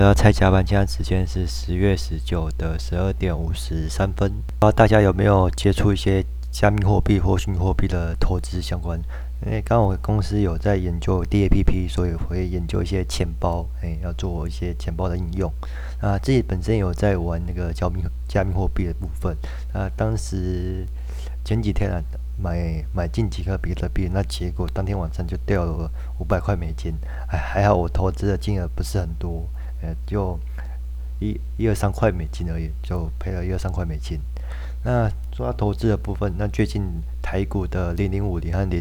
要猜加班，现在时间是10月19的12点53分。不知道大家有没有接触一些加密货币或虚拟货币的投资相关？因为刚好我公司有在研究 DAPP，所以会研究一些钱包，要做一些钱包的应用。自己本身有在玩那个加密货币的部分。当时前几天买进几颗比特币，那结果当天晚上就掉了$500。还好我投资的金额不是很多，就1、2、3块美金而已，就赔了1、2、3块美金。那说到投资的部分，那最近台股的0050和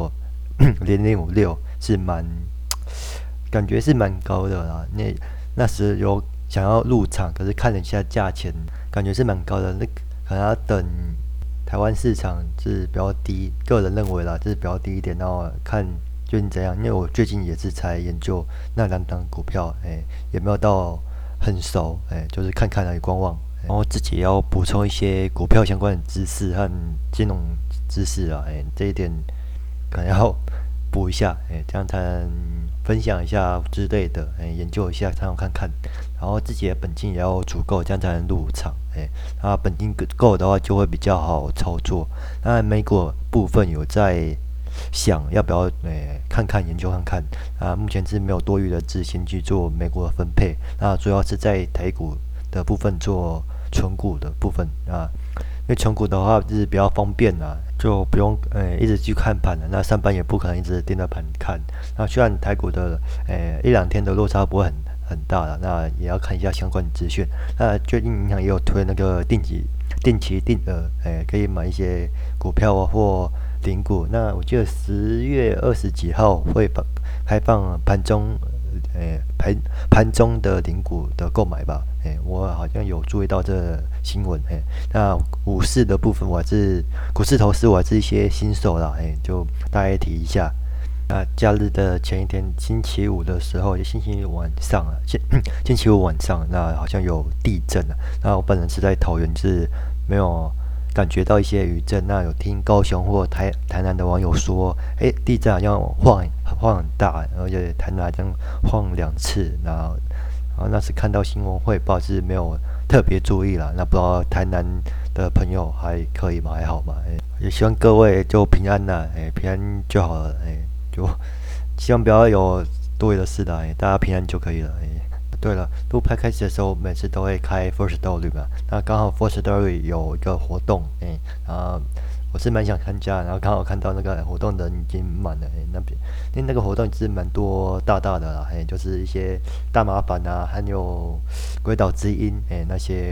00560056是感觉是蛮高的啦。那时有想要入场，可是看了一下价钱，感觉是蛮高的。那可能要等台湾市场是比较低，个人认为啦，就是比较低一点，然后看最近怎样。因为我最近也是才研究那两档股票，也没有到很熟，就是看看而已，观望。然后自己也要补充一些股票相关的知识和金融知识啊，这一点可能要补一下，这样才能分享一下之类的，研究一下，参考看看。然后自己的本金也要足够，这样才能入场，那本金够的话就会比较好操作。那美股部分有在想要不要看看研究看看目前是没有多余的资金去做美股的分配，那主要是在台股的部分做存股的部分因为存股的话就是比较方便就不用一直去看盘了。那上班也不可能一直盯着盘看。那虽然台股的1、2天的落差不会很大了，那也要看一下相关的资讯。那最近银行也有推那个定期定额，可以买一些股票或零股。那我记得10月20几号会开放盘中盘中的零股的购买吧，我好像有注意到这新闻，那股市的部分股市投资我还是一些新手啦，就大概提一下。那假日的前一天，星期五的时候，就星期五晚上星期五晚上，那好像有地震了。那我本人是在桃园，是没有感觉到一些余震。那有听高雄或台南的网友说，地震好像晃很大，而且台南好像晃2次。然后那时看到新闻汇报是没有特别注意啦。那不知道台南的朋友还可以吗？还好吗？也希望各位就平安啦，平安就好了，就希望不要有多余的事啦，大家平安就可以了。对了，录拍开始的时候，每次都会开 Firstory 嘛。那刚好 Firstory 有一个活动，然后我是蛮想参加，然后刚好看到那个活动的人已经满了，那边因为那个活动是蛮多大的啦，就是一些大麻烦还有鬼岛之音，那些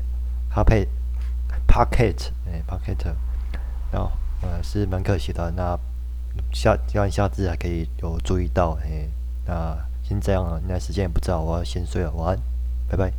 Pocket，然后是蛮可惜的。那希望下次还可以有注意到，那先这样了，那时间也不早，我要先睡了，晚安，拜拜。